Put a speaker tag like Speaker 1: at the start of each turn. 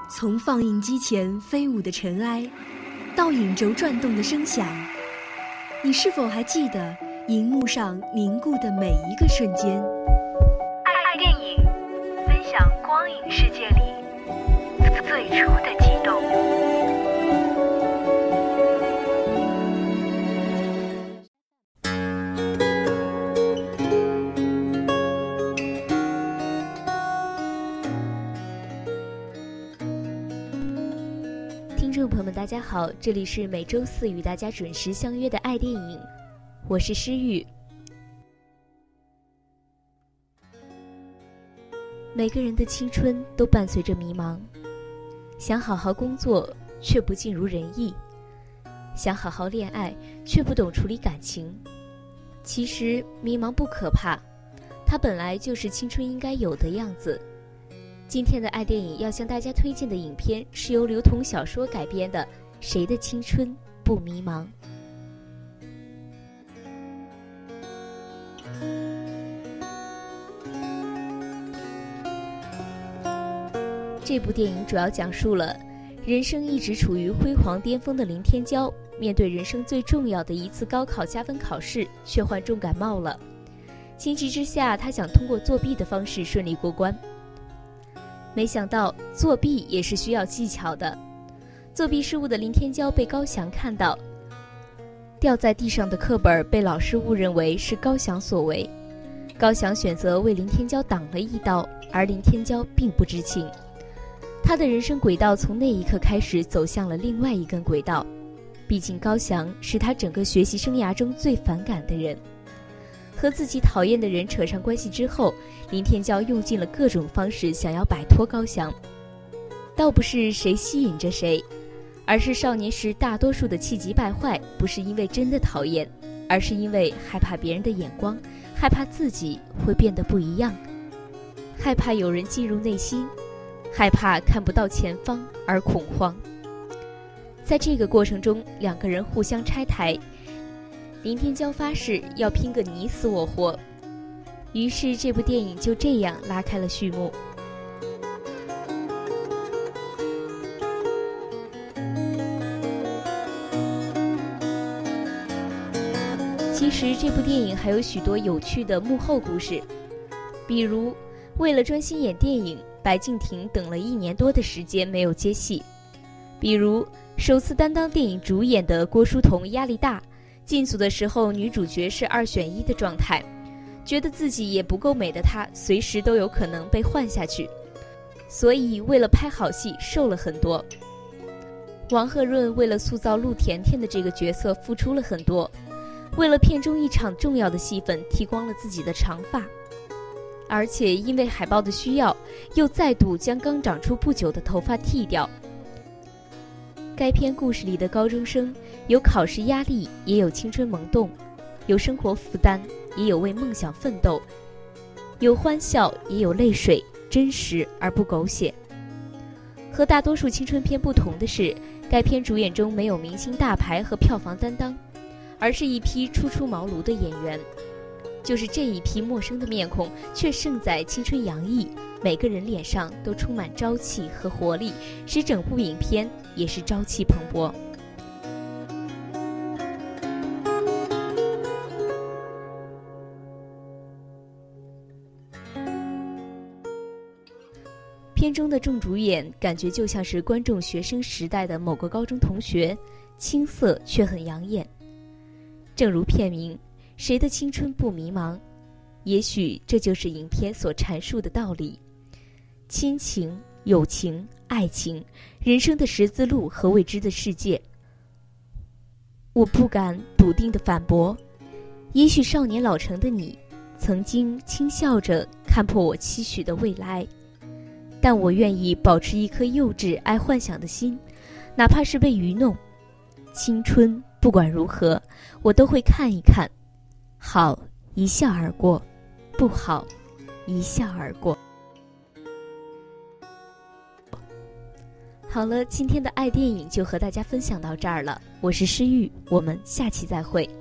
Speaker 1: 从放映机前飞舞的尘埃，到影轴转动的声响，你是否还记得荧幕上凝固的每一个瞬间？
Speaker 2: 爱电影，分享光影世界里最初的悸动。
Speaker 3: 听众朋友们大家好，这里是每周四与大家准时相约的爱电影，我是诗玉。每个人的青春都伴随着迷茫，想好好工作却不尽如人意，想好好恋爱却不懂处理感情。其实迷茫不可怕，它本来就是青春应该有的样子。今天的爱电影要向大家推荐的影片是由刘同小说改编的《谁的青春不迷茫》。这部电影主要讲述了人生一直处于辉煌巅峰的林天骄，面对人生最重要的一次高考加分考试，却患重感冒了。情急之下，他想通过作弊的方式顺利过关。没想到作弊也是需要技巧的。作弊失误的林天骄被高翔看到，掉在地上的课本被老师误认为是高翔所为。高翔选择为林天骄挡了一刀，而林天骄并不知情。他的人生轨道从那一刻开始走向了另外一根轨道。毕竟高翔是他整个学习生涯中最反感的人。和自己讨厌的人扯上关系之后，林天骄用尽了各种方式想要摆脱高翔。倒不是谁吸引着谁，而是少年时大多数的气急败坏不是因为真的讨厌，而是因为害怕别人的眼光，害怕自己会变得不一样，害怕有人进入内心，害怕看不到前方而恐慌。在这个过程中，两个人互相拆台，林天骄发誓要拼个你死我活，于是这部电影就这样拉开了序幕。其实这部电影还有许多有趣的幕后故事，比如为了专心演电影，白敬亭等了1年多的时间没有接戏；比如首次担当电影主演的郭书童压力大，进组的时候女主角是2选1的状态，觉得自己也不够美的她随时都有可能被换下去，所以为了拍好戏瘦了很多。王鹤润为了塑造陆甜甜的这个角色付出了很多，为了片中一场重要的戏份剃光了自己的长发，而且因为海报的需要，又再度将刚长出不久的头发剃掉。该片故事里的高中生有考试压力，也有青春萌动，有生活负担，也有为梦想奋斗，有欢笑，也有泪水，真实而不狗血。和大多数青春片不同的是，该片主演中没有明星大牌和票房担当，而是一批初出茅庐的演员。就是这一批陌生的面孔，却胜在青春洋溢，每个人脸上都充满朝气和活力，使整部影片也是朝气蓬勃。片中的众主演感觉就像是观众学生时代的某个高中同学，青涩却很养眼。正如片名，谁的青春不迷茫？也许这就是影片所阐述的道理。亲情、友情、爱情，人生的十字路和未知的世界。我不敢笃定地反驳，也许少年老成的你，曾经轻笑着看破我期许的未来，但我愿意保持一颗幼稚爱幻想的心，哪怕是被愚弄。青春不管如何，我都会看一看，好一笑而过，不好一笑而过。好了，今天的爱电影就和大家分享到这儿了，我是诗玉，我们下期再会。